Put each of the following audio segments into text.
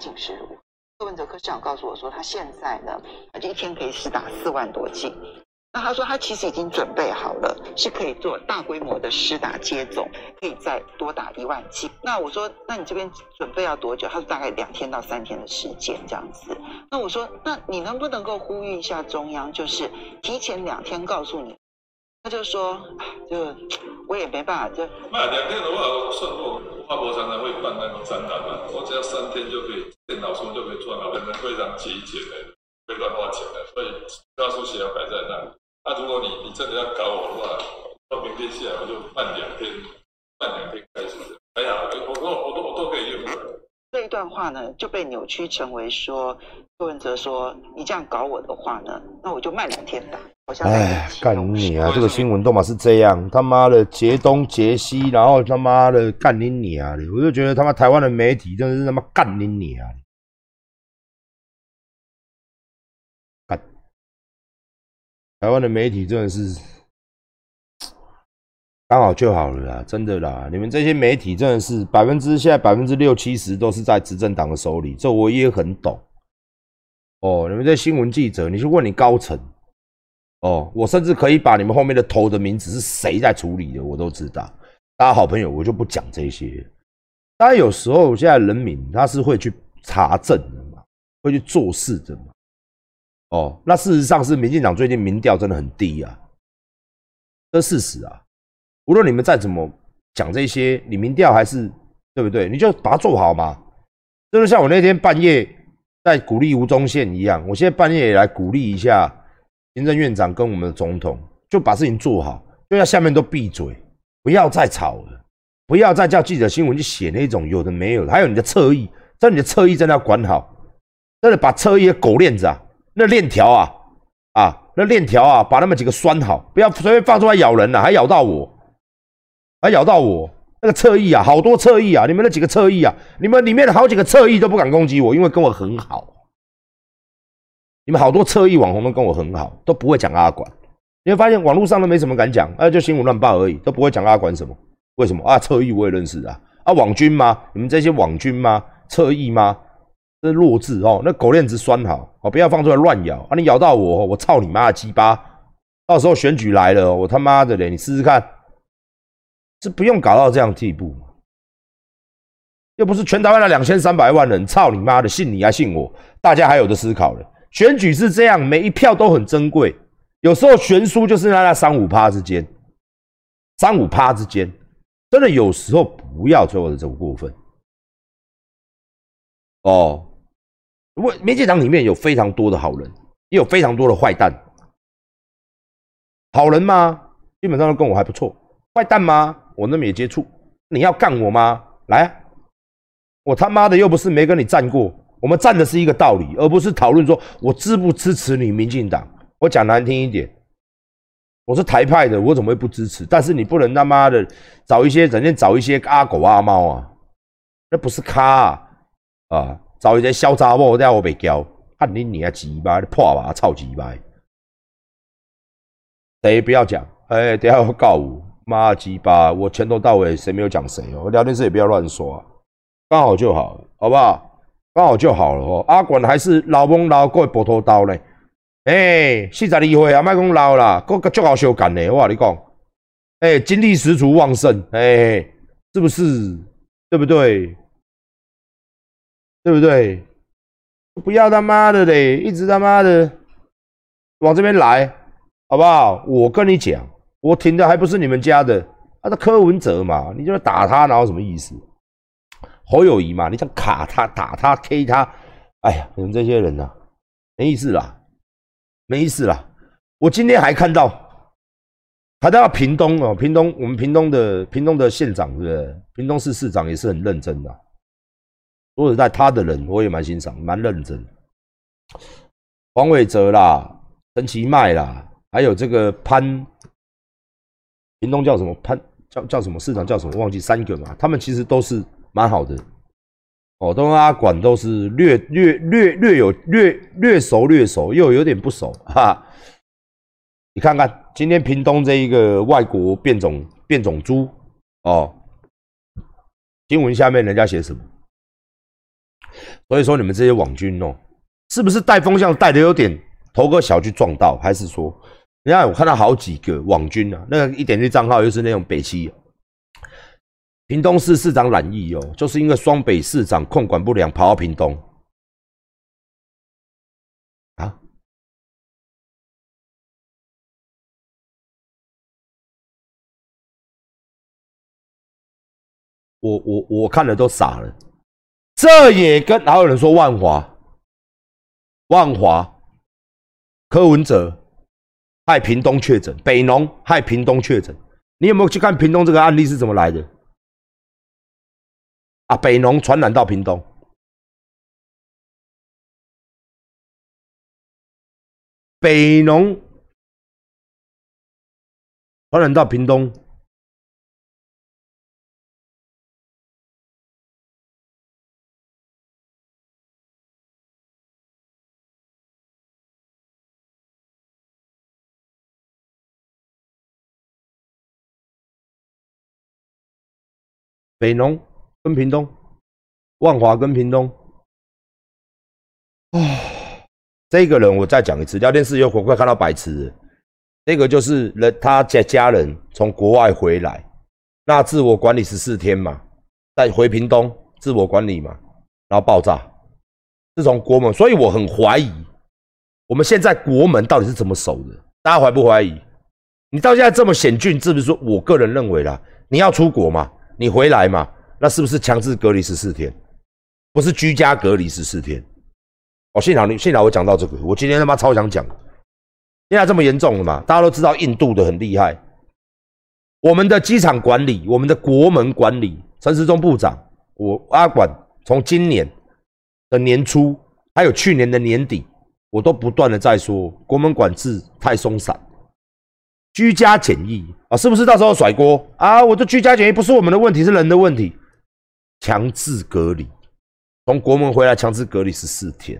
境是如何。柯文哲科市长告诉我说，他现在呢，就一天可以施打4万多剂。那他说他其实已经准备好了，是可以做大规模的施打接种，可以再多打1万剂。那我说，那你这边准备要多久？他说大概2天到3天的时间这样子。那我说，那你能不能够呼吁一下中央，就是提前2天告诉你？他就说，就我也没办法，就那2天的话，我算过，花博常常会办那种展览嘛，我只要3天就可以，电脑书就可以做好，变成非常节俭的，不会乱花钱的，所以教书写要摆在那里。那如果你真的要搞我的话，到明天下来我就慢2天开始的，还好，我都可以用的。 这一段话呢就被扭曲成为说，柯文哲说你这样搞我的话呢，那我就慢2天打。 哎，干你啊！这个新闻都嘛是这样，他妈的劫东劫西，然后他妈的干你娘的！我就觉得他妈台湾的媒体真的是他妈干你娘的，干！台湾的媒体真的是刚好就好了啦，真的啦！你们这些媒体真的是现在60%-70%都是在执政党的手里，这我也很懂。哦，你们这新闻记者，你去问你高层。哦，我甚至可以把你们后面的头的名字是谁在处理的，我都知道。大家好朋友，我就不讲这些。当然，有时候现在人民他是会去查证的嘛，会去做事的嘛。哦，那事实上是民进党最近民调真的很低啊，这是事实啊。无论你们再怎么讲这些，你民调还是对不对？你就把它做好嘛。就是像我那天半夜在鼓励吴宗宪一样，我现在半夜也来鼓励一下。行政院长跟我们的总统就把事情做好，就要下面都闭嘴，不要再吵了，不要再叫记者新闻去写那种有的没有的，还有你的侧翼，你的侧翼真的要管好，真的把侧翼的狗链子啊，那链条那链条啊，把那么几个拴好，不要随便放出来咬人了，还咬到我，那个侧翼啊，好多侧翼啊，你们那几个侧翼啊，你们里面的好几个侧翼都不敢攻击我，因为跟我很好。你们好多侧翼网红都跟我很好，都不会讲阿管。你会发现网络上都没什么敢讲，就新闻乱报而已，都不会讲阿管什么。为什么啊？侧翼我也认识啊，网军吗？你们这些网军吗？侧翼吗？这是弱智哦，那狗链子拴好哦，不要放出来乱咬啊！你咬到我，我操你妈的鸡巴！到时候选举来了，我他妈的嘞，你试试看，这不用搞到这样地步，又不是全台湾的2300万人，操你妈的，信你还信我？大家还有的思考了。选举是这样，每一票都很珍贵，有时候悬殊就是那3-5%之间，3-5%之间，真的有时候不要做的这么过分。哦，民进党里面有非常多的好人，也有非常多的坏蛋。好人吗？基本上都跟我还不错。坏蛋吗？我那么也接触。你要干我吗？来啊！我他妈的又不是没跟你战过。我们站的是一个道理，而不是讨论说我支不支持你民进党。我讲难听一点，我是台派的，我怎么会不支持？但是你不能他妈的整天找一些阿狗阿猫啊，那不是咖啊！找一些小杂货，这样我袂交，看你啊鸡巴，你破吧，操鸡巴！谁不要讲？等一下要告我，妈鸡巴！我从头到尾谁没有讲谁哦？我聊天室也不要乱说啊，刚好就好了，好不好？刚好就好了哦。阿管还是老懵老过波头刀呢，42岁啊，莫讲老啦，个足好修干呢。我跟你讲，精力十足旺盛，是不是？对不对？对不对？不要他妈的嘞，一直他妈的往这边来，好不好？我跟你讲，我挺的还不是你们家的，他柯文哲嘛，你就打他，哪有什么意思？侯友宜嘛，你想卡他、打他、K 他，哎呀，你们这些人啊，没意思啦，没意思啦。我今天还看到屏东哦，我们屏东的县长，对不对？屏东市市长也是很认真的。说实在，他的人我也蛮欣赏，蛮认真。黄伟哲啦，陈其迈啦，还有这个屏东叫什么叫什么市长叫什么忘记3个嘛，他们其实都是蛮好的。哦，都跟阿管都是略熟，又有点不熟哈。你看看今天屏东这一个外国变种猪哦，新闻下面人家写什么？ 所以说你们这些网军哦，是不是带风向带的有点头个小去撞到，还是说，你看我看到好几个网军啊，那个一点击账号又是那种北七，屏东市市长染疫哦，就是因为双北市长控管不良跑到屏东啊。我看了都傻了，这也跟还有人说万华柯文哲害屏东确诊，北农害屏东确诊，你有没有去看屏东这个案例是怎么来的？啊，北农传染到屏东，北农传染到屏东。北农跟屏东，万华跟屏东，这个人我再讲一次，聊天室有快看到白痴了。这个就是他家人从国外回来，那自我管理14天嘛，再回屏东自我管理嘛，然后爆炸，是从国门，所以我很怀疑我们现在国门到底是怎么守的？大家怀不怀疑？你到现在这么险峻，是不是说？我个人认为啦，你要出国嘛，你回来嘛，那是不是强制隔离14天？不是居家隔离14天？哦，幸好我讲到这个，我今天他妈超想讲。现在这么严重了嘛？大家都知道印度的很厉害，我们的机场管理，我们的国门管理，陈时中部长，我阿管从今年的年初，还有去年的年底，我都不断的在说国门管制太松散，居家检疫啊，是不是到时候甩锅啊？我的居家检疫不是我们的问题，是人的问题，强制隔离，从国门回来强制隔离14天。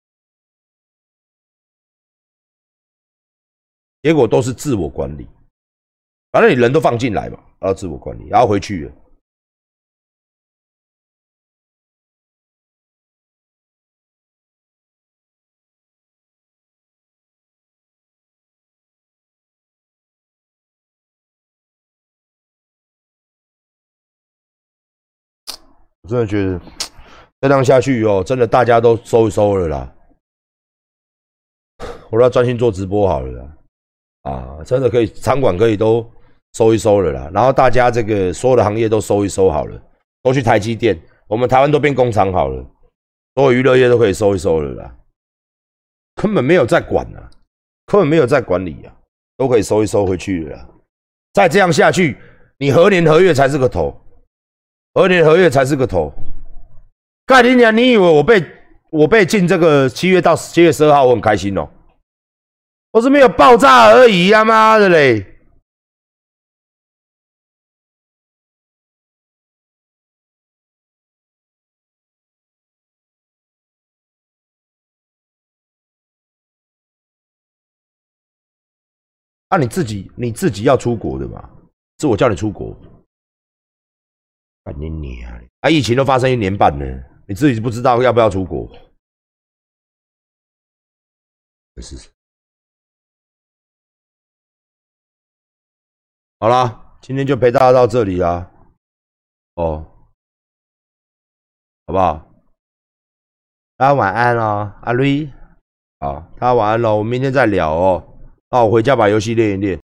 结果都是自我管理，反正你人都放进来嘛，然后自我管理，然后回去了。我真的觉得再这样下去哦，真的大家都收一收了啦。我要专心做直播好了啦。啊，真的可以，场馆可以都收一收了啦。然后大家这个所有的行业都收一收好了，都去台积电，我们台湾都变工厂好了，所有娱乐业都可以收一收了啦。根本没有在管啊，根本没有在管理啊，都可以收一收回去了啦。再这样下去，你何年何月才是个头？何年何月才是个头？盖你娘！你以为我被进这个7月到7月12号，我很开心哦？我是没有爆炸而已，他妈的嘞！啊，你自己要出国的嘛？是我叫你出国。干你娘！啊，疫情都发生1年半了，你自己不知道要不要出国？是。好啦，今天就陪大家到这里啦。哦，好不好？大家晚安哦，阿瑞。好，大家晚安喽，我们明天再聊哦。那我回家把游戏练一练。